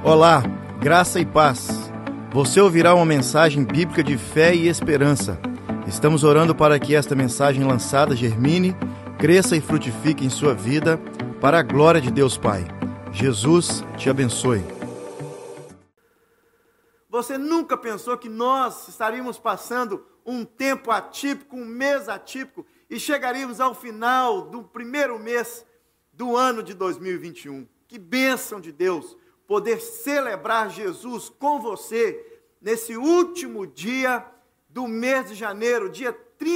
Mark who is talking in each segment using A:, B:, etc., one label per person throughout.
A: Olá, graça e paz. Você ouvirá uma mensagem bíblica de fé e esperança. Estamos orando para que esta mensagem lançada germine, cresça e frutifique em sua vida, para a glória de Deus Pai. Jesus te abençoe.
B: Você nunca pensou que nós estaríamos passando um tempo atípico, um mês atípico, e chegaríamos ao final do primeiro mês do ano de 2021. Que bênção de Deus poder celebrar Jesus com você nesse último dia do mês de janeiro, dia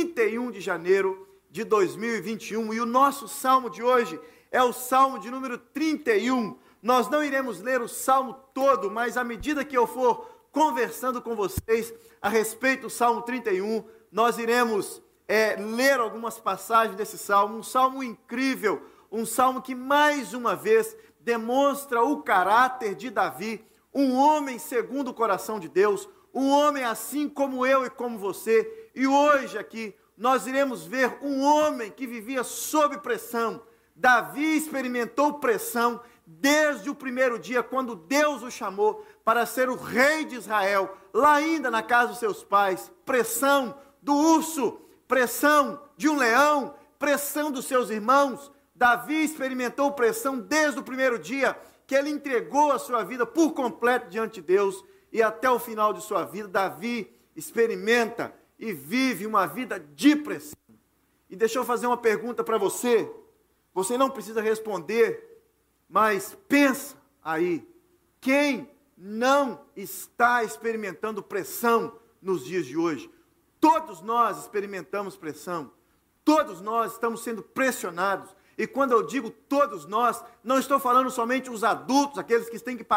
B: 31 de janeiro de 2021. E o nosso salmo de hoje é o salmo de número 31. Nós não iremos ler o salmo todo, mas à medida que eu for conversando com vocês a respeito do salmo 31, nós iremos ler algumas passagens desse salmo. Um salmo incrível, um salmo que mais uma vez demonstra o caráter de Davi, um homem segundo o coração de Deus, um homem assim como eu e como você. E hoje aqui nós iremos ver um homem que vivia sob pressão. Davi experimentou pressão desde o primeiro dia, quando Deus o chamou para ser o rei de Israel, lá ainda na casa dos seus pais. Pressão do urso, pressão de um leão, pressão dos seus irmãos. Davi experimentou pressão desde o primeiro dia que ele entregou a sua vida por completo diante de Deus, e até o final de sua vida, Davi experimenta e vive uma vida de pressão. E deixa eu fazer uma pergunta para você. Você não precisa responder, mas pensa aí, quem não está experimentando pressão nos dias de hoje? Todos nós experimentamos pressão, todos nós estamos sendo pressionados. E quando eu digo todos nós, não estou falando somente os adultos, aquele que tem que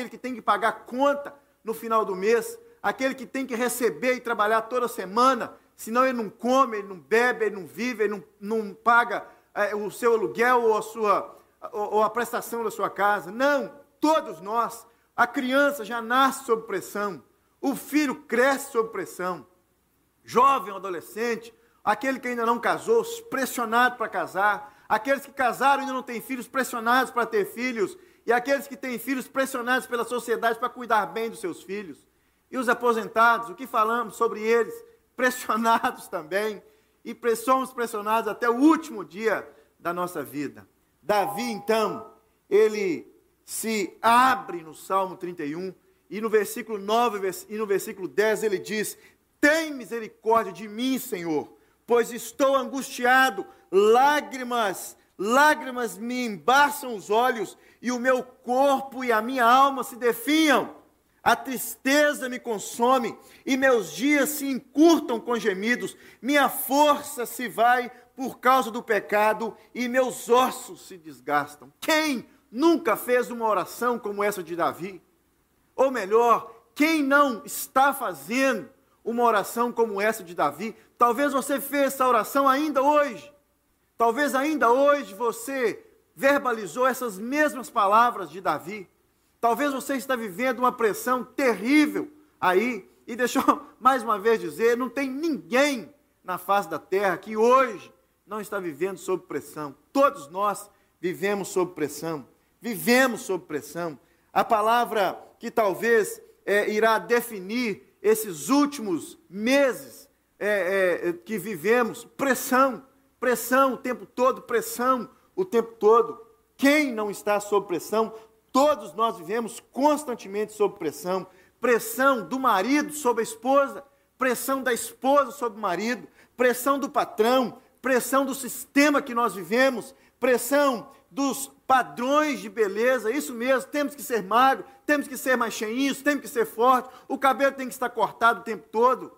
B: pagar conta no final do mês, aquele que tem que receber e trabalhar toda semana, senão ele não come, ele não bebe, ele não vive, ele não paga o seu aluguel ou a prestação da sua casa. Não, todos nós. A criança já nasce sob pressão, o filho cresce sob pressão, jovem ou adolescente, aquele que ainda não casou, pressionado para casar, aqueles que casaram e ainda não têm filhos, pressionados para ter filhos, e aqueles que têm filhos, pressionados pela sociedade para cuidar bem dos seus filhos. E os aposentados, o que falamos sobre eles? Pressionados também, e somos pressionados até o último dia da nossa vida. Davi, então, ele se abre no Salmo 31, e no versículo 9 e no versículo 10 ele diz: tem misericórdia de mim, Senhor, pois estou angustiado, lágrimas me embaçam os olhos, e o meu corpo e a minha alma se definham. A tristeza me consome, e meus dias se encurtam com gemidos. Minha força se vai por causa do pecado, e meus ossos se desgastam. Quem nunca fez uma oração como essa de Davi? Ou melhor, quem não está fazendo uma oração como essa de Davi? Talvez você fez essa oração ainda hoje. Talvez ainda hoje você verbalizou essas mesmas palavras de Davi. Talvez você está vivendo uma pressão terrível aí. E deixa eu mais uma vez dizer, não tem ninguém na face da terra que hoje não está vivendo sob pressão. Todos nós vivemos sob pressão. Vivemos sob pressão. A palavra que talvez irá definir esses últimos meses que vivemos, pressão o tempo todo, pressão o tempo todo. Quem não está sob pressão? Todos nós vivemos constantemente sob pressão. Pressão do marido sobre a esposa, pressão da esposa sobre o marido, pressão do patrão, pressão do sistema que nós vivemos, pressão dos padrões de beleza. Isso mesmo, temos que ser magros, temos que ser mais cheinhos, temos que ser fortes, o cabelo tem que estar cortado o tempo todo.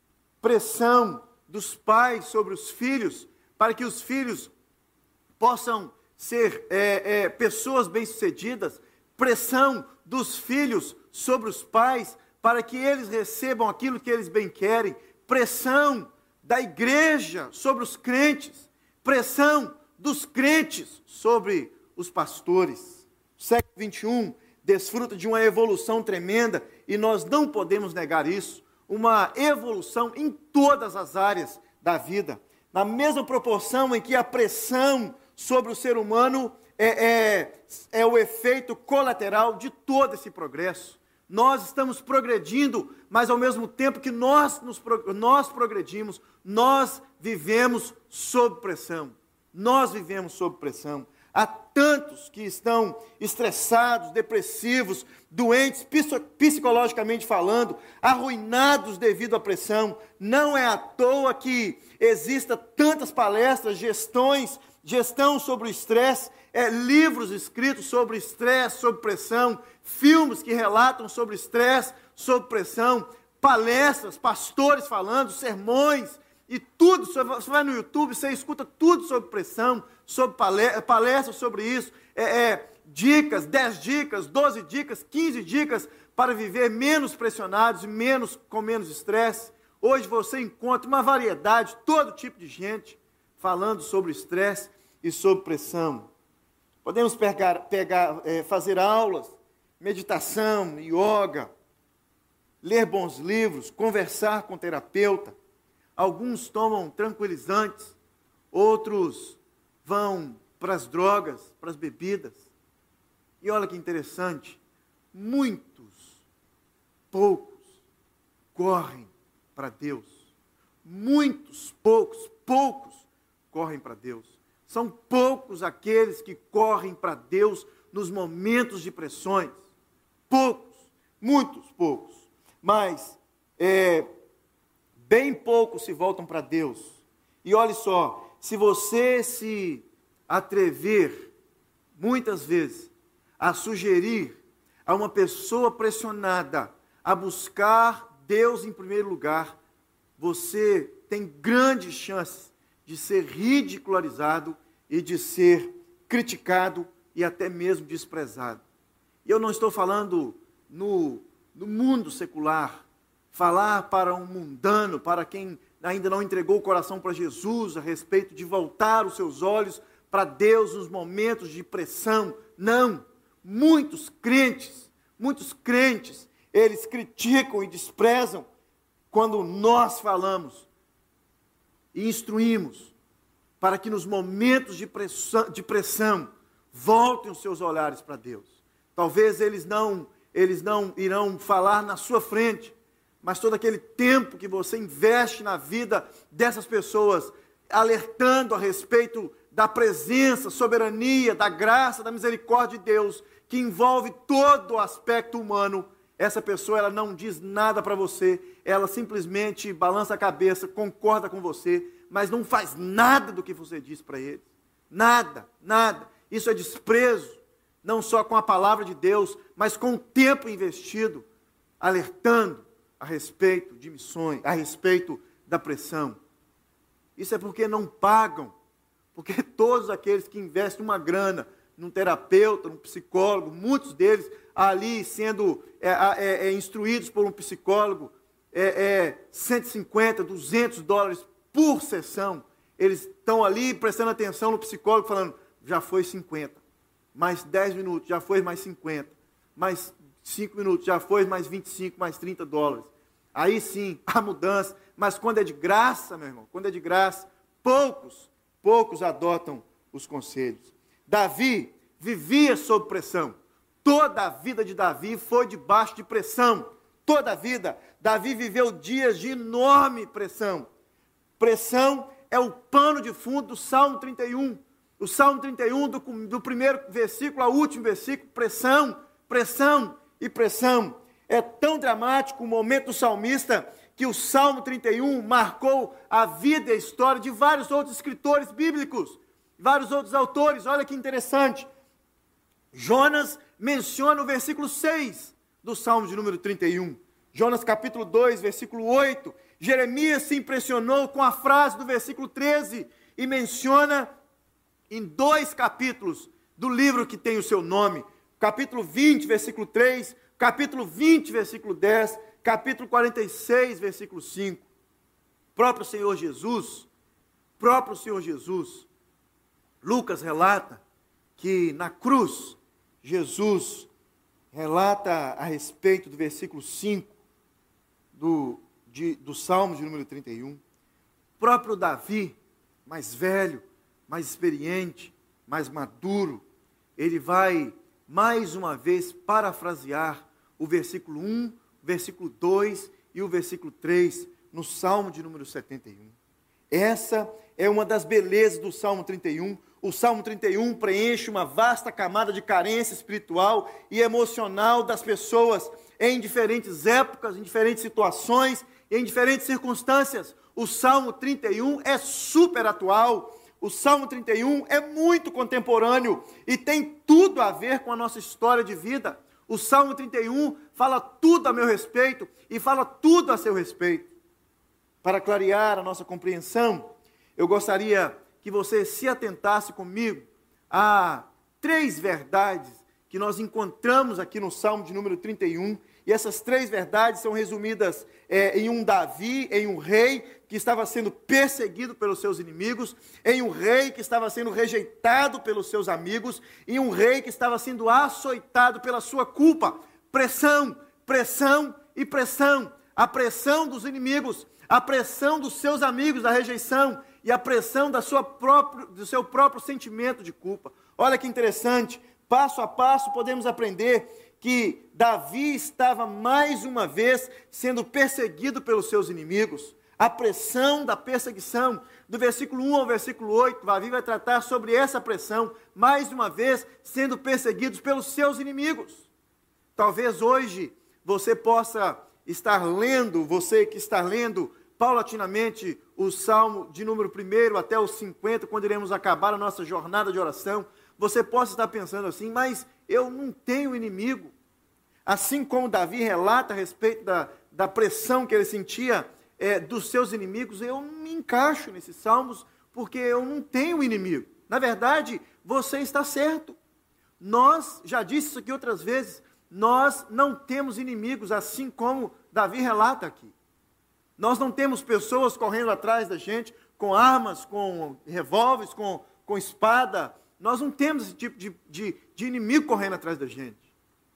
B: Pressão dos pais sobre os filhos, para que os filhos possam ser pessoas bem-sucedidas. Pressão dos filhos sobre os pais, para que eles recebam aquilo que eles bem querem. Pressão da igreja sobre os crentes. Pressão dos crentes sobre os pastores. O século XXI desfruta de uma evolução tremenda, e nós não podemos negar isso. Uma evolução em todas as áreas da vida. Na mesma proporção em que a pressão sobre o ser humano é o efeito colateral de todo esse progresso. Nós estamos progredindo, mas ao mesmo tempo que nós progredimos, nós vivemos sob pressão. Nós vivemos sob pressão. Há tantos que estão estressados, depressivos, doentes, psicologicamente falando, arruinados devido à pressão. Não é à toa que exista tantas palestras, gestão sobre o estresse, livros escritos sobre estresse, sobre pressão, filmes que relatam sobre estresse, sobre pressão, palestras, pastores falando, sermões, e tudo. Você vai no YouTube, você escuta tudo sobre pressão, sobre palestras sobre isso, dicas, 10 dicas, 12 dicas, 15 dicas para viver menos pressionados e com menos estresse. Hoje você encontra uma variedade, todo tipo de gente falando sobre estresse e sobre pressão. Podemos fazer aulas, meditação, yoga, ler bons livros, conversar com terapeuta. Alguns tomam tranquilizantes, outros vão para as drogas, para as bebidas. E olha que interessante, poucos correm para Deus. Poucos correm para Deus. São poucos aqueles que correm para Deus nos momentos de pressões. Poucos, muitos poucos. Mas bem poucos se voltam para Deus. E olhe só, se você se atrever, muitas vezes, a sugerir a uma pessoa pressionada a buscar Deus em primeiro lugar, você tem grandes chances de ser ridicularizado e de ser criticado e até mesmo desprezado. E eu não estou falando no mundo secular, falar para um mundano, para quem ainda não entregou o coração para Jesus, a respeito de voltar os seus olhos para Deus nos momentos de pressão. Não, muitos crentes, eles criticam e desprezam quando nós falamos e instruímos para que nos momentos de pressão voltem os seus olhares para Deus. Talvez eles não irão falar na sua frente, mas todo aquele tempo que você investe na vida dessas pessoas, alertando a respeito da presença, soberania, da graça, da misericórdia de Deus, que envolve todo o aspecto humano, essa pessoa ela não diz nada para você, ela simplesmente balança a cabeça, concorda com você, mas não faz nada do que você diz para ele. Nada. Isso é desprezo, não só com a palavra de Deus, mas com o tempo investido, alertando a respeito de missões, a respeito da pressão. Isso é porque não pagam, porque todos aqueles que investem uma grana num terapeuta, num psicólogo, muitos deles ali sendo instruídos por um psicólogo, 150, 200 dólares por sessão, eles estão ali prestando atenção no psicólogo, falando, já foi 50, mais 10 minutos, já foi mais 50, mais 5 minutos, já foi mais 25, mais 30 dólares. Aí sim, a mudança, mas quando é de graça, meu irmão, quando é de graça, poucos adotam os conselhos. Davi vivia sob pressão. Toda a vida de Davi foi debaixo de pressão. Toda a vida. Davi viveu dias de enorme pressão. Pressão é o pano de fundo do Salmo 31. O Salmo 31, do primeiro versículo ao último versículo, pressão. É tão dramático o momento do salmista que o Salmo 31 marcou a vida e a história de vários outros escritores bíblicos, vários outros autores. Olha que interessante. Jonas menciona o versículo 6 do Salmo de número 31. Jonas capítulo 2, versículo 8. Jeremias se impressionou com a frase do versículo 13 e menciona em 2 capítulos do livro que tem o seu nome. Capítulo 20, versículo 3, capítulo 20, versículo 10, capítulo 46, versículo 5. Próprio Senhor Jesus, Lucas relata que na cruz, Jesus relata a respeito do versículo 5 do Salmo de número 31. O próprio Davi, mais velho, mais experiente, mais maduro, ele vai mais uma vez parafrasear o versículo 1, versículo 2 e o versículo 3 no Salmo de número 71. Essa é uma das belezas do Salmo 31. O Salmo 31 preenche uma vasta camada de carência espiritual e emocional das pessoas em diferentes épocas, em diferentes situações, em diferentes circunstâncias. O Salmo 31 é super atual. O Salmo 31 é muito contemporâneo e tem tudo a ver com a nossa história de vida. O Salmo 31 fala tudo a meu respeito e fala tudo a seu respeito. Para clarear a nossa compreensão, eu gostaria que você se atentasse comigo a 3 verdades que nós encontramos aqui no Salmo de número 31, e essas 3 verdades são resumidas em um Davi, em um rei que estava sendo perseguido pelos seus inimigos, em um rei que estava sendo rejeitado pelos seus amigos, em um rei que estava sendo açoitado pela sua culpa. Pressão, pressão e pressão. A pressão dos inimigos, a pressão dos seus amigos, da rejeição, e a pressão do seu próprio sentimento de culpa. Olha que interessante, passo a passo podemos aprender que Davi estava mais uma vez sendo perseguido pelos seus inimigos. A pressão da perseguição, do versículo 1 ao versículo 8, Davi vai tratar sobre essa pressão, mais uma vez sendo perseguidos pelos seus inimigos. Talvez hoje você possa estar lendo, você que está lendo paulatinamente o Salmo de número 1 até o 50, quando iremos acabar a nossa jornada de oração, você possa estar pensando assim, mas eu não tenho inimigo. Assim como Davi relata a respeito da pressão que ele sentia dos seus inimigos, eu não me encaixo nesses salmos, porque eu não tenho inimigo. Na verdade, você está certo. Nós, já disse isso aqui outras vezes, nós não temos inimigos, assim como Davi relata aqui. Nós não temos pessoas correndo atrás da gente, com armas, com revólveres, com espada. Nós não temos esse tipo de inimigo correndo atrás da gente.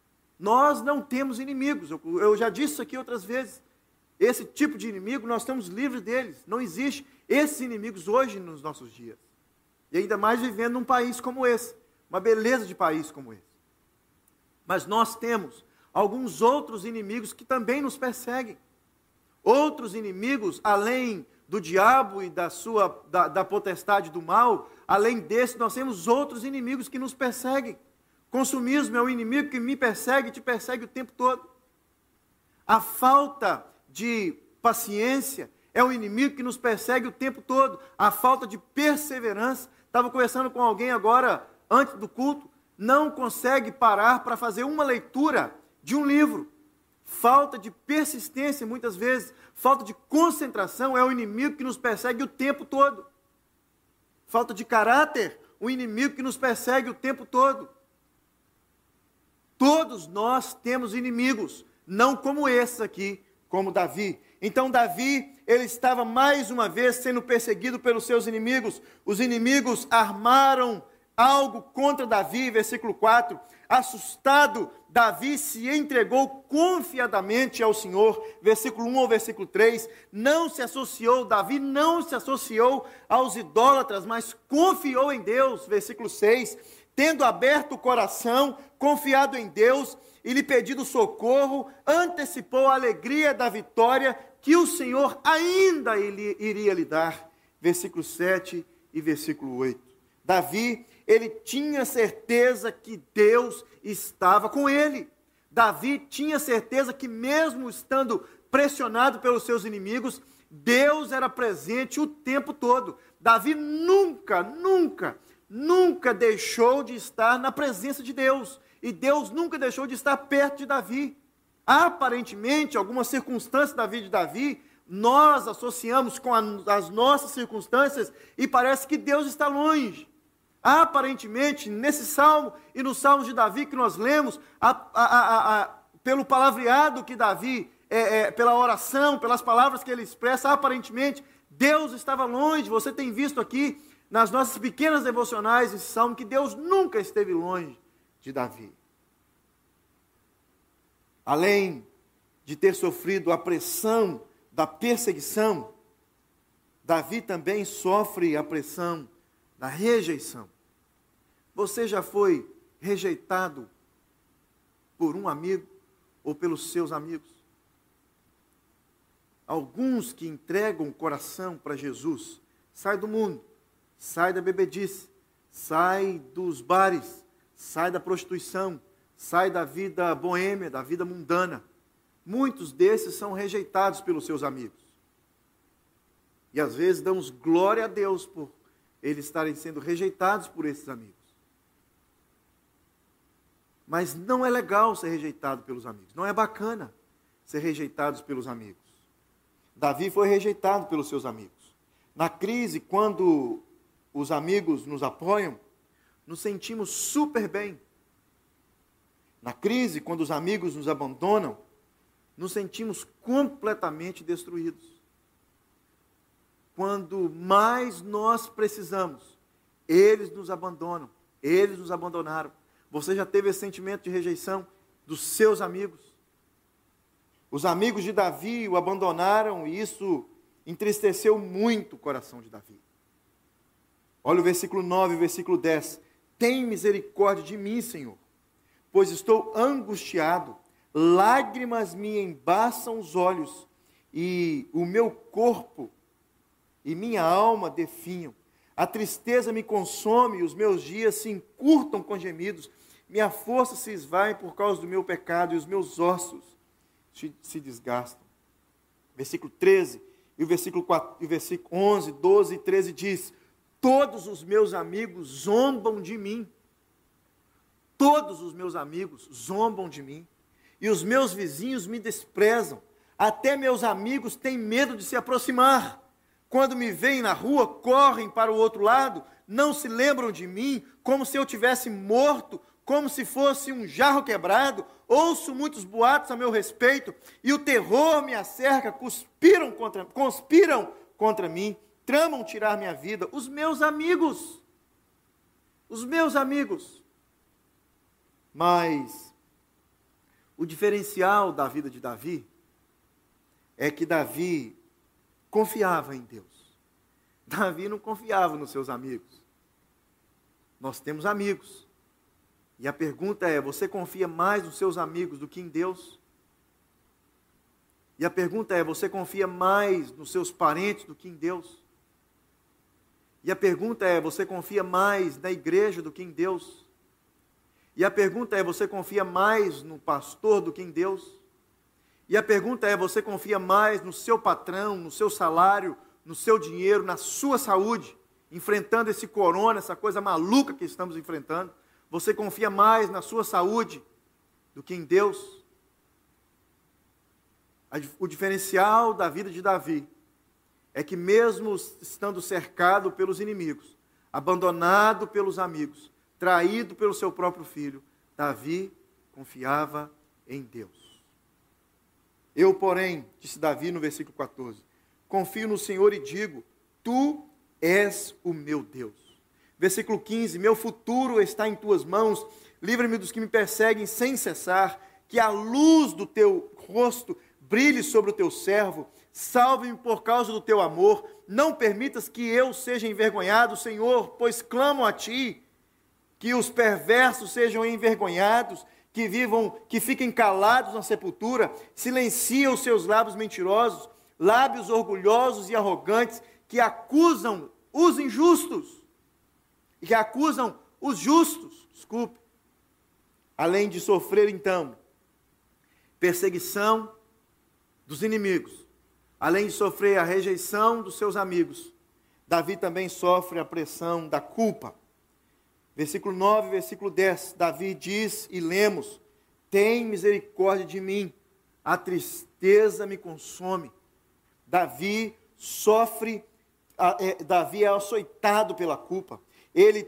B: Nós não temos inimigos. Eu já disse isso aqui outras vezes. Esse tipo de inimigo, nós estamos livres deles. Não existe esses inimigos hoje nos nossos dias. E ainda mais vivendo num país como esse. Uma beleza de país como esse. Mas nós temos alguns outros inimigos que também nos perseguem. Outros inimigos, além do diabo e da potestade do mal, além desse, nós temos outros inimigos que nos perseguem. Consumismo é um inimigo que me persegue e te persegue o tempo todo. A falta de paciência é um inimigo que nos persegue o tempo todo. A falta de perseverança. Estava conversando com alguém agora, antes do culto, não consegue parar para fazer uma leitura de um livro. Falta de persistência, muitas vezes, falta de concentração é o inimigo que nos persegue o tempo todo. Falta de caráter, o inimigo que nos persegue o tempo todo. Todos nós temos inimigos, não como esses aqui, como Davi. Então Davi, ele estava mais uma vez sendo perseguido pelos seus inimigos. Os inimigos armaram algo contra Davi, versículo 4. Assustado, Davi se entregou confiadamente ao Senhor, versículo 1 ao versículo 3, Davi não se associou aos idólatras, mas confiou em Deus, versículo 6, tendo aberto o coração, confiado em Deus e lhe pedido socorro, antecipou a alegria da vitória que o Senhor ainda iria lhe dar, versículo 7 e versículo 8. Davi, ele tinha certeza que Deus estava com ele. Davi tinha certeza que mesmo estando pressionado pelos seus inimigos, Deus era presente o tempo todo. Davi nunca deixou de estar na presença de Deus. E Deus nunca deixou de estar perto de Davi. Aparentemente, algumas circunstâncias da vida de Davi, nós associamos com as nossas circunstâncias e parece que Deus está longe. Aparentemente, nesse salmo e nos salmos de Davi que nós lemos, pelo palavreado que Davi, pela oração, pelas palavras que ele expressa, aparentemente, Deus estava longe. Você tem visto aqui, nas nossas pequenas devocionais, esse salmo, que Deus nunca esteve longe de Davi. Além de ter sofrido a pressão da perseguição, Davi também sofre a pressão da rejeição. Você já foi rejeitado por um amigo ou pelos seus amigos? Alguns que entregam o coração para Jesus, sai do mundo, sai da bebedice, sai dos bares, sai da prostituição, sai da vida boêmia, da vida mundana. Muitos desses são rejeitados pelos seus amigos. E às vezes damos glória a Deus por eles estarem sendo rejeitados por esses amigos. Mas não é legal ser rejeitado pelos amigos. Não é bacana ser rejeitados pelos amigos. Davi foi rejeitado pelos seus amigos. Na crise, quando os amigos nos apoiam, nos sentimos super bem. Na crise, quando os amigos nos abandonam, nos sentimos completamente destruídos. Quando mais nós precisamos, eles nos abandonam, eles nos abandonaram. Você já teve esse sentimento de rejeição dos seus amigos? Os amigos de Davi o abandonaram e isso entristeceu muito o coração de Davi. Olha o versículo 9 e o versículo 10. Tem misericórdia de mim, Senhor, pois estou angustiado, lágrimas me embaçam os olhos, e o meu corpo e minha alma definham. A tristeza me consome, e os meus dias se encurtam com gemidos. Minha força se esvai por causa do meu pecado, e os meus ossos se desgastam. Versículo 13, e o versículo 11, 12 e 13 diz: todos os meus amigos zombam de mim. Todos os meus amigos zombam de mim. E os meus vizinhos me desprezam. Até meus amigos têm medo de se aproximar. Quando me veem na rua, correm para o outro lado, não se lembram de mim, como se eu tivesse morto, como se fosse um jarro quebrado. Ouço muitos boatos a meu respeito, e o terror me acerca, conspiram contra mim, tramam tirar minha vida. Os meus amigos. Mas o diferencial da vida de Davi é que Davi confiava em Deus. Davi não confiava nos seus amigos. Nós temos amigos. E a pergunta é: você confia mais nos seus amigos do que em Deus? E a pergunta é: você confia mais nos seus parentes do que em Deus? E a pergunta é: você confia mais na igreja do que em Deus? E a pergunta é: você confia mais no pastor do que em Deus? E a pergunta é: você confia mais no seu patrão, no seu salário, no seu dinheiro, na sua saúde, enfrentando esse corona, essa coisa maluca que estamos enfrentando? Você confia mais na sua saúde do que em Deus? O diferencial da vida de Davi é que, mesmo estando cercado pelos inimigos, abandonado pelos amigos, traído pelo seu próprio filho, Davi confiava em Deus. Eu, porém, disse Davi no versículo 14, confio no Senhor e digo: tu és o meu Deus. Versículo 15, meu futuro está em tuas mãos, livra-me dos que me perseguem sem cessar, que a luz do teu rosto brilhe sobre o teu servo, salve-me por causa do teu amor, não permitas que eu seja envergonhado, Senhor, pois clamo a ti, que os perversos sejam envergonhados, que fiquem calados na sepultura, silencia os seus lábios mentirosos, lábios orgulhosos e arrogantes, que acusam os injustos, e que acusam os justos, além de sofrer então perseguição dos inimigos, além de sofrer a rejeição dos seus amigos, Davi também sofre a pressão da culpa. Versículo 9, versículo 10, Davi diz e lemos: tem misericórdia de mim, a tristeza me consome. Davi sofre, Davi é açoitado pela culpa. Ele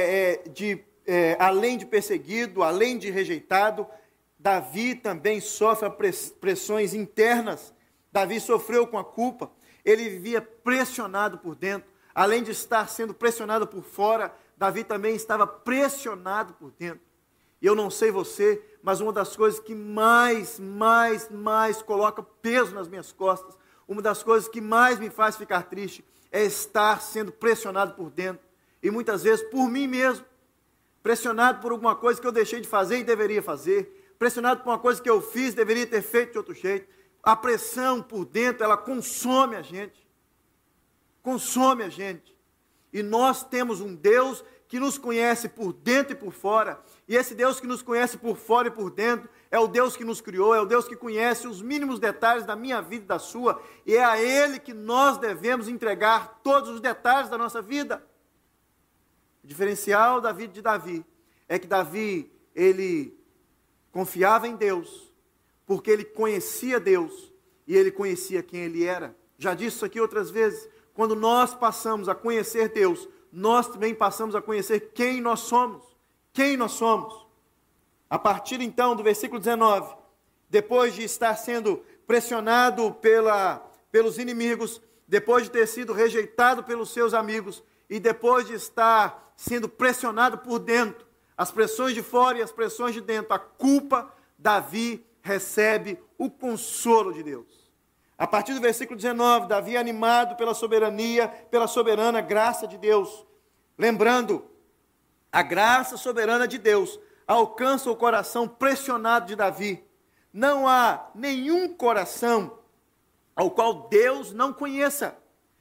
B: além de perseguido, além de rejeitado, Davi também sofre pressões internas. Davi sofreu com a culpa. Ele vivia pressionado por dentro. Além de estar sendo pressionado por fora, Davi também estava pressionado por dentro. E eu não sei você, mas uma das coisas que mais coloca peso nas minhas costas, uma das coisas que mais me faz ficar triste, é estar sendo pressionado por dentro. E muitas vezes por mim mesmo. pressionado por alguma coisa que eu deixei de fazer e deveria fazer, pressionado por uma coisa que eu fiz, deveria ter feito de outro jeito. A pressão por dentro, ela consome a gente. Consome a gente. E nós temos um Deus que nos conhece por dentro e por fora. E esse Deus que nos conhece por fora e por dentro é o Deus que nos criou, é o Deus que conhece os mínimos detalhes da minha vida e da sua. E é a Ele que nós devemos entregar todos os detalhes da nossa vida. O diferencial da vida de Davi é que Davi, ele confiava em Deus, porque ele conhecia Deus e ele conhecia quem ele era. Já disse isso aqui outras vezes. Quando nós passamos a conhecer Deus, nós também passamos a conhecer quem nós somos. Quem nós somos. A partir então do versículo 19, depois de estar sendo pressionado pelos inimigos, depois de ter sido rejeitado pelos seus amigos, e depois de estar sendo pressionado por dentro, as pressões de fora e as pressões de dentro, a culpa, Davi recebe o consolo de Deus. A partir do versículo 19, Davi é animado pela soberania, pela soberana graça de Deus. Lembrando, a graça soberana de Deus alcança o coração pressionado de Davi. Não há nenhum coração ao qual Deus não conheça.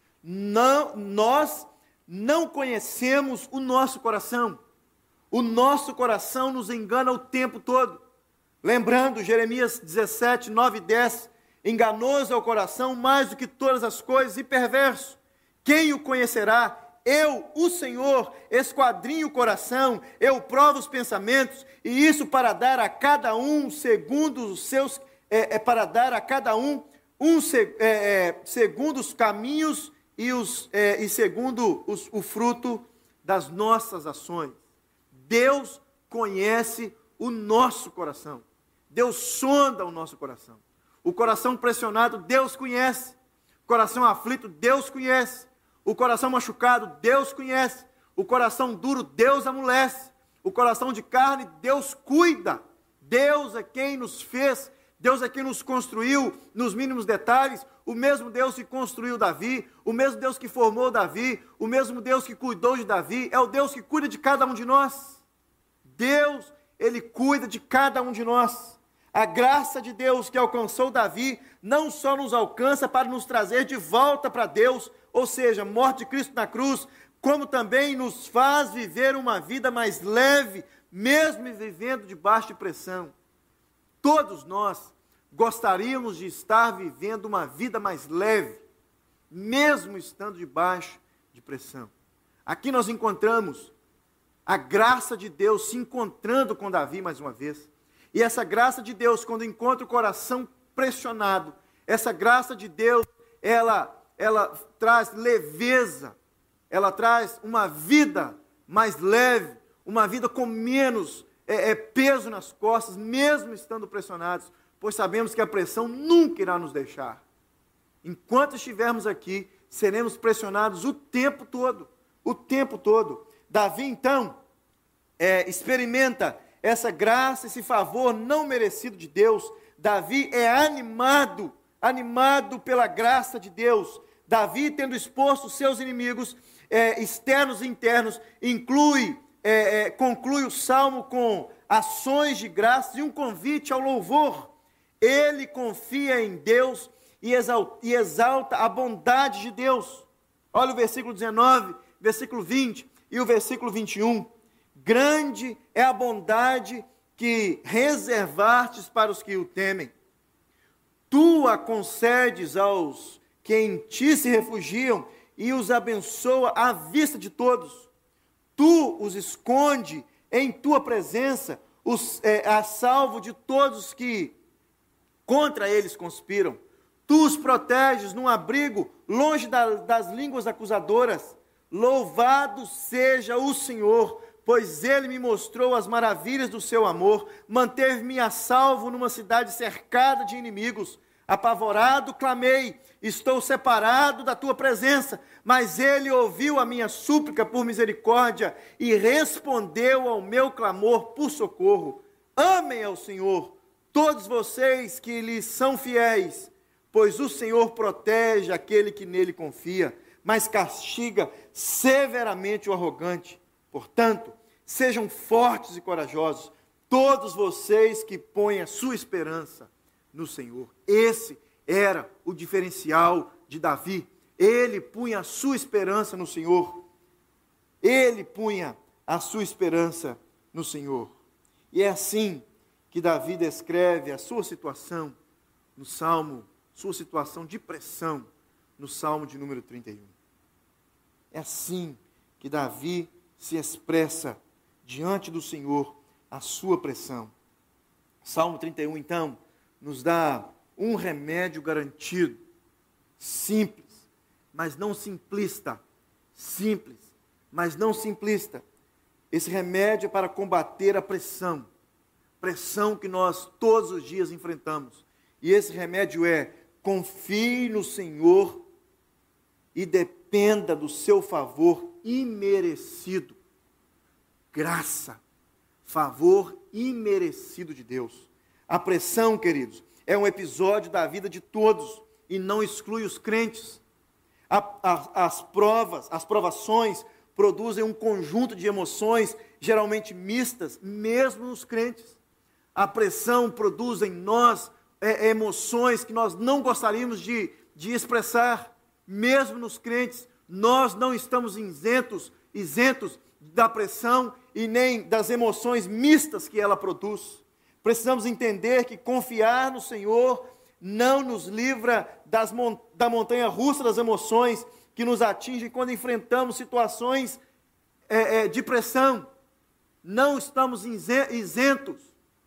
B: Nós não conhecemos o nosso coração. O nosso coração nos engana o tempo todo. Lembrando, Jeremias 17, 9 e 10, enganoso é o coração mais do que todas as coisas e perverso. Quem o conhecerá? Eu, o Senhor, esquadrinho o coração, eu provo os pensamentos, e isso para dar a cada um segundo os seus, para dar a cada um segundo os caminhos e segundo o fruto das nossas ações. Deus conhece o nosso coração. Deus sonda o nosso coração. O coração pressionado, Deus conhece. O coração aflito, Deus conhece. O coração machucado, Deus conhece. O coração duro, Deus amolece. O coração de carne, Deus cuida. Deus é quem nos fez. Deus é quem nos construiu nos mínimos detalhes. O mesmo Deus que construiu Davi, o mesmo Deus que formou Davi, o mesmo Deus que cuidou de Davi, é o Deus que cuida de cada um de nós. Deus, Ele cuida de cada um de nós. A graça de Deus que alcançou Davi, não só nos alcança para nos trazer de volta para Deus, ou seja, morte de Cristo na cruz, como também nos faz viver uma vida mais leve, mesmo vivendo debaixo de pressão. Todos nós gostaríamos de estar vivendo uma vida mais leve, mesmo estando debaixo de pressão. Aqui nós encontramos a graça de Deus se encontrando com Davi mais uma vez. E essa graça de Deus, quando encontra o coração pressionado, essa graça de Deus, ela traz leveza, ela traz uma vida mais leve, uma vida com menos peso nas costas, mesmo estando pressionados, pois sabemos que a pressão nunca irá nos deixar. Enquanto estivermos aqui, seremos pressionados o tempo todo, o tempo todo. Davi, então, experimenta essa graça, esse favor não merecido de Deus. Davi é animado pela graça de Deus. Davi, tendo exposto os seus inimigos externos e internos, conclui o salmo com ações de graça e um convite ao louvor. Ele confia em Deus e exalta a bondade de Deus. Olha o versículo 19, versículo 20 e o versículo 21. Grande é a bondade que reservastes para os que o temem. Tu a concedes aos que em ti se refugiam e os abençoa à vista de todos. Tu os esconde em tua presença, a salvo de todos que contra eles conspiram. Tu os proteges num abrigo, longe das línguas acusadoras. Louvado seja o Senhor, pois Ele me mostrou as maravilhas do seu amor, manteve-me a salvo numa cidade cercada de inimigos. Apavorado clamei, estou separado da tua presença, mas Ele ouviu a minha súplica por misericórdia e respondeu ao meu clamor por socorro. Amem ao Senhor, todos vocês que lhe são fiéis, pois o Senhor protege aquele que nele confia, mas castiga severamente o arrogante. Portanto, Sejam fortes e corajosos, todos vocês que põem a sua esperança no Senhor. Esse era o diferencial de Davi. Ele punha a sua esperança no Senhor. Ele punha a sua esperança no Senhor. E é assim que Davi descreve a sua situação no Salmo, sua situação de pressão, no Salmo de número 31. É assim que Davi se expressa diante do Senhor a sua pressão. Salmo 31, então, nos dá um remédio garantido, simples, mas não simplista. Simples, mas não simplista. Esse remédio é para combater a pressão que nós todos os dias enfrentamos. E esse remédio é: confie no Senhor e dependa do seu favor imerecido. Graça, favor imerecido de Deus. A pressão, queridos, é um episódio da vida de todos e não exclui os crentes. As provações produzem um conjunto de emoções, geralmente mistas, mesmo nos crentes. A pressão produz em nós emoções que nós não gostaríamos de expressar, mesmo nos crentes. Nós não estamos isentos da pressão e nem das emoções mistas que ela produz. Precisamos entender que confiar no Senhor não nos livra da montanha russa das emoções que nos atingem quando enfrentamos situações de pressão. Não estamos isentos.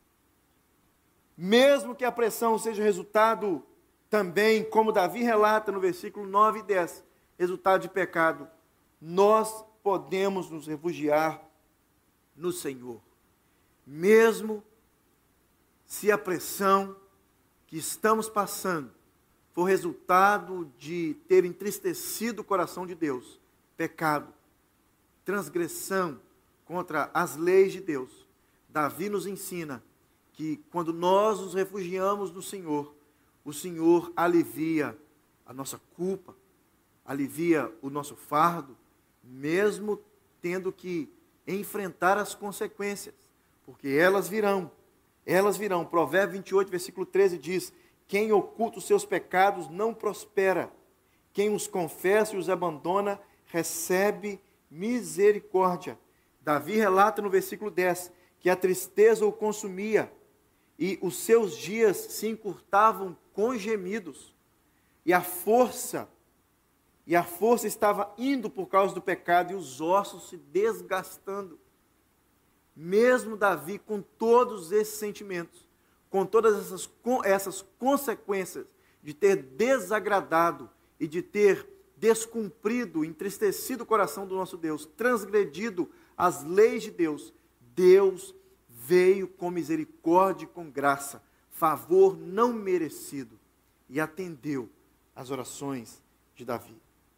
B: Mesmo que a pressão seja resultado também, como Davi relata no versículo 9 e 10, resultado de pecado, nós podemos nos refugiar no Senhor. Mesmo se a pressão que estamos passando for resultado de ter entristecido o coração de Deus, pecado, transgressão contra as leis de Deus, Davi nos ensina que quando nós nos refugiamos no Senhor, o Senhor alivia a nossa culpa, alivia o nosso fardo, mesmo tendo que enfrentar as consequências, porque elas virão. Provérbios 28, versículo 13 diz: quem oculta os seus pecados não prospera, quem os confessa e os abandona recebe misericórdia. Davi relata no versículo 10 que a tristeza o consumia e os seus dias se encurtavam com gemidos, e a força estava indo por causa do pecado e os ossos se desgastando. Mesmo Davi, com todos esses sentimentos, com todas essas consequências de ter desagradado e de ter descumprido, entristecido o coração do nosso Deus, transgredido as leis de Deus, Deus veio com misericórdia e com graça, favor não merecido, e atendeu às orações de Davi.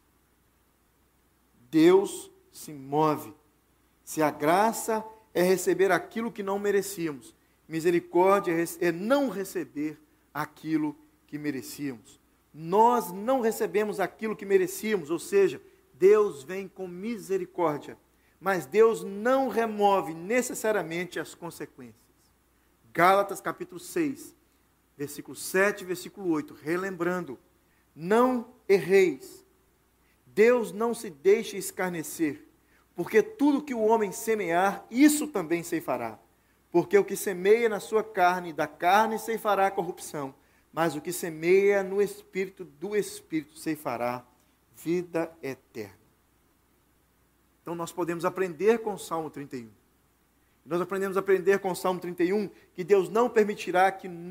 B: Deus se move. Se a graça é receber aquilo que não merecíamos, misericórdia é não receber aquilo que merecíamos. Nós não recebemos aquilo que merecíamos, ou seja, Deus vem com misericórdia, mas Deus não remove necessariamente as consequências. Gálatas capítulo 6, versículo 7 e versículo 8, relembrando: não erreis, Deus não se deixa escarnecer, porque tudo que o homem semear, isso também ceifará. Porque o que semeia na sua carne, da carne ceifará a corrupção, mas o que semeia no Espírito, do Espírito ceifará vida eterna. Então nós podemos aprender com o Salmo 31. Nós aprendemos a aprender com o Salmo 31 que Deus não permitirá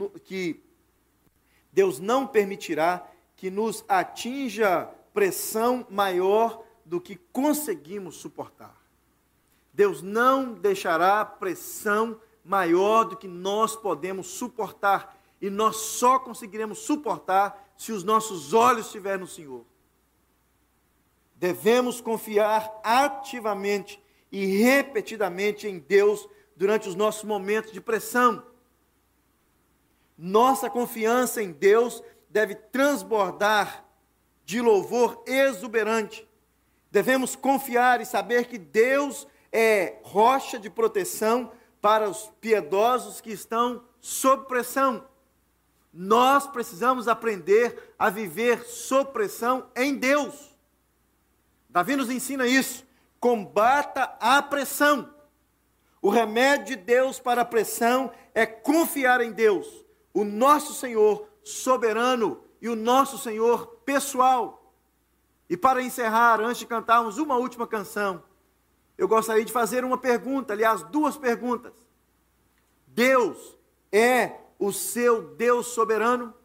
B: que nos atinja pressão maior do que conseguimos suportar. Deus não deixará pressão maior do que nós podemos suportar. E nós só conseguiremos suportar se os nossos olhos estiverem no Senhor. Devemos confiar ativamente e repetidamente em Deus durante os nossos momentos de pressão. Nossa confiança em Deus deve transbordar de louvor exuberante. Devemos confiar e saber que Deus é rocha de proteção para os piedosos que estão sob pressão. Nós precisamos aprender a viver sob pressão em Deus. Davi nos ensina isso. Combata a pressão. O remédio de Deus para a pressão é confiar em Deus, o nosso Senhor soberano e o nosso Senhor pessoal. E para encerrar, antes de cantarmos uma última canção, eu gostaria de fazer uma pergunta, aliás, duas perguntas. Deus é o seu Deus soberano?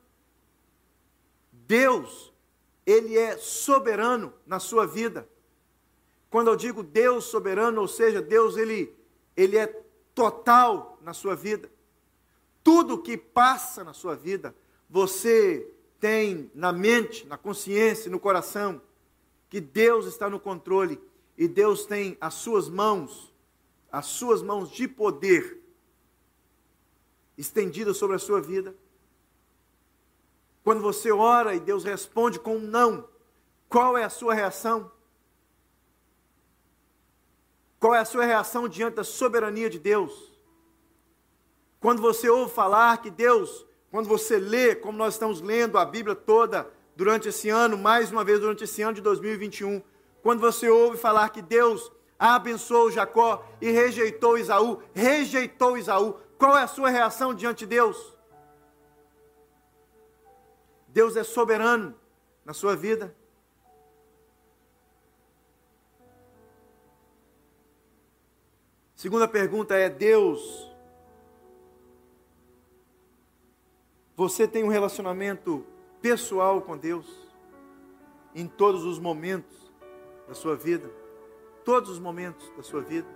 B: Deus, Ele é soberano na sua vida. Quando eu digo Deus soberano, ou seja, Deus, Ele é total na sua vida. Tudo que passa na sua vida, você tem na mente, na consciência, no coração, que Deus está no controle e Deus tem as suas mãos de poder estendidas sobre a sua vida. Quando você ora e Deus responde com um não, qual é a sua reação? Qual é a sua reação diante da soberania de Deus? Quando você ouve falar que Deus, quando você lê, como nós estamos lendo a Bíblia toda durante esse ano, mais uma vez durante esse ano de 2021, quando você ouve falar que Deus abençoou Jacó e rejeitou Esaú, qual é a sua reação diante de Deus? Deus é soberano na sua vida. Segunda pergunta é: Deus, você tem um relacionamento pessoal com Deus em todos os momentos da sua vida? Todos os momentos da sua vida.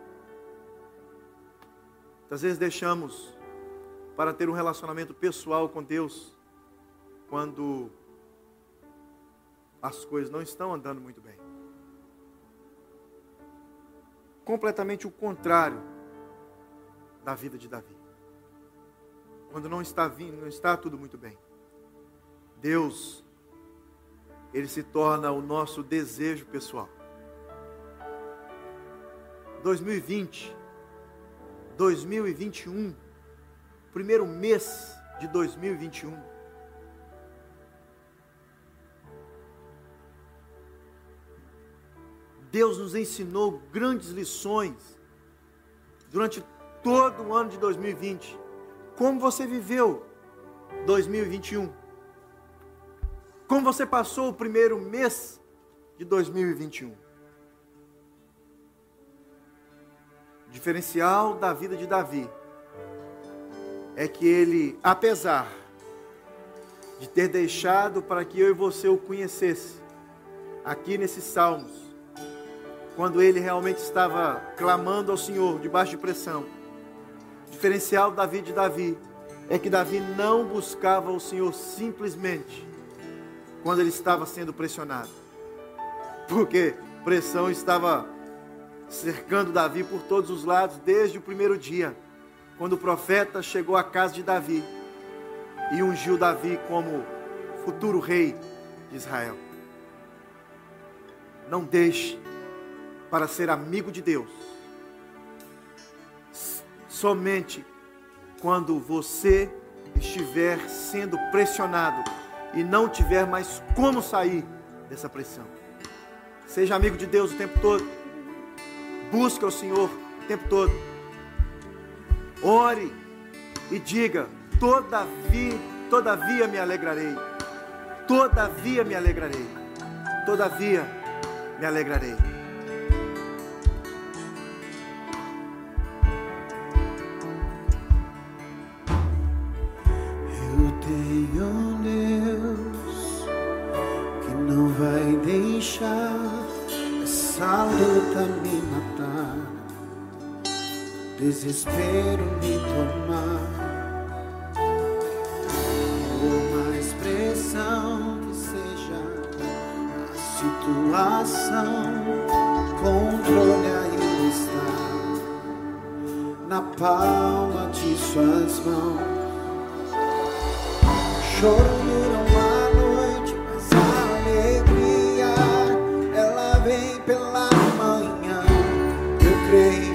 B: Às vezes deixamos para ter um relacionamento pessoal com Deus quando as coisas não estão andando muito bem. Completamente o contrário da vida de Davi. Quando não está tudo muito bem. Deus, Ele se torna o nosso desejo pessoal. 2020, 2021, primeiro mês de 2021. Deus nos ensinou grandes lições durante todo o ano de 2020. Como você viveu 2021? Como você passou o primeiro mês de 2021? O diferencial da vida de Davi é que ele, apesar de ter deixado para que eu e você o conhecesse, aqui nesses salmos, quando ele realmente estava clamando ao Senhor, debaixo de pressão, o diferencial da vida de Davi é que Davi não buscava o Senhor simplesmente quando ele estava sendo pressionado, porque pressão estava cercando Davi por todos os lados desde o primeiro dia, quando o profeta chegou à casa de Davi e ungiu Davi como futuro rei de Israel. Não deixe para ser amigo de Deus somente quando você estiver sendo pressionado e não tiver mais como sair dessa pressão. Seja amigo de Deus o tempo todo. Busque o Senhor o tempo todo. Ore e diga: todavia me alegrarei. Todavia me alegrarei. Todavia me alegrarei.
C: Eu tenho um Deus que não vai deixar essa luta me matar, desespero me tomar. Por mais pressão que seja a situação, controle ainda está na palma de suas mãos. Choro dura uma noite, mas a alegria ela vem pela manhã. Eu creio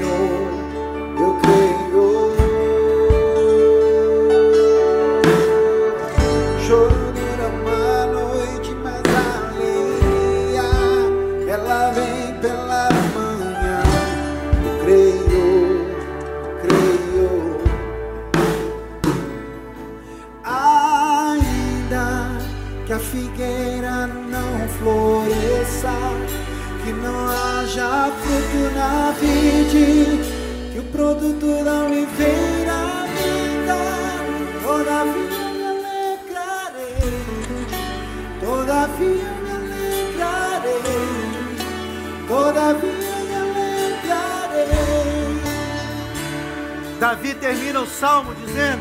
C: floresça, que não haja fruto na vide, que o produto da oliveira minta. Todavia me alegrarei, todavia me alegrarei, todavia me alegrarei.
B: Davi termina o salmo dizendo: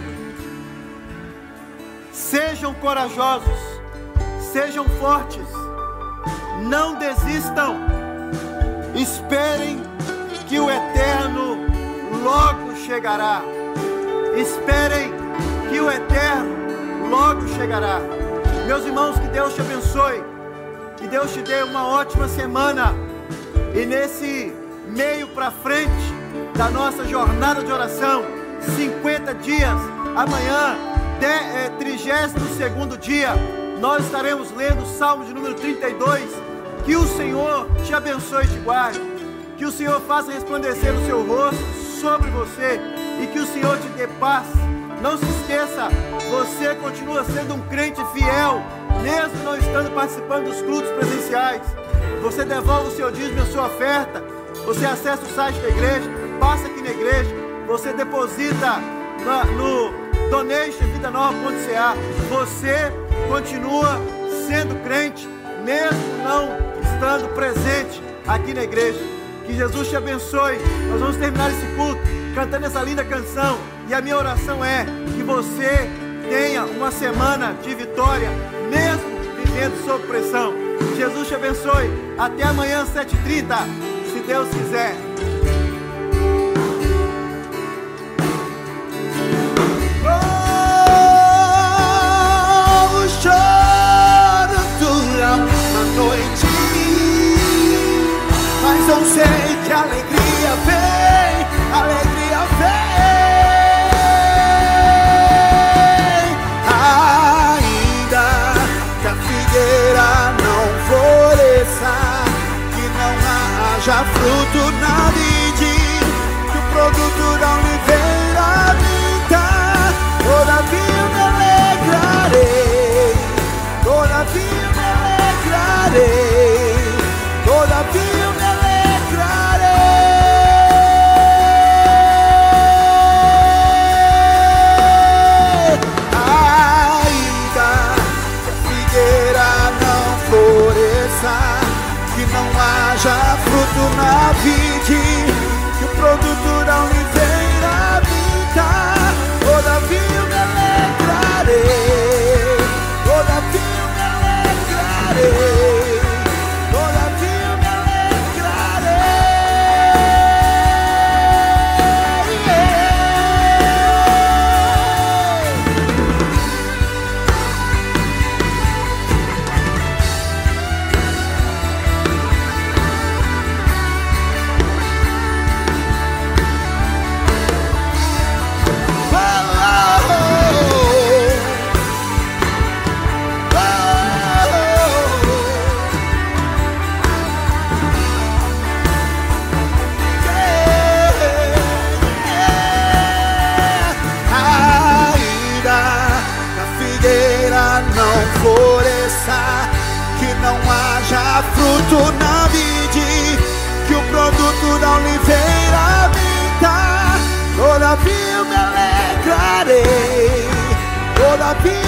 B: sejam corajosos, sejam fortes, não desistam, esperem que o Eterno logo chegará. Esperem que o Eterno logo chegará. Meus irmãos, que Deus te abençoe, que Deus te dê uma ótima semana, e nesse meio para frente da nossa jornada de oração, 50 dias, amanhã, 32º dia, nós estaremos lendo o Salmo de número 32. Que o Senhor te abençoe e te guarde, que o Senhor faça resplandecer o seu rosto sobre você, e que o Senhor te dê paz. Não se esqueça, você continua sendo um crente fiel, mesmo não estando participando dos cultos presenciais. Você devolve o seu dízimo e a sua oferta, você acessa o site da igreja, passa aqui na igreja, você deposita no donationvidanova.ca. Você continua sendo crente, mesmo não estando presente aqui na igreja. Que Jesus te abençoe. Nós vamos terminar esse culto cantando essa linda canção, e a minha oração é que você tenha uma semana de vitória, mesmo vivendo sob pressão. Jesus te abençoe. Até amanhã, 7h30, se Deus quiser.
C: O choro dura uma noite, mas eu sei que a alegria vem, a alegria vem. Ainda que a figueira não floresça, que não haja fruto na vide, que o produto da oliveira minta, todavia me alegrarei, todavia me alegrarei, todavia me alegrarei. Ainda que a figueira não floresça, que não haja fruto na vide, que o produto da oliveira minta, todavia me alegrarei, todavia me alegrarei, todavia me que não haja fruto na vide, que o produto da oliveira minta, todavia me alegrarei, todavia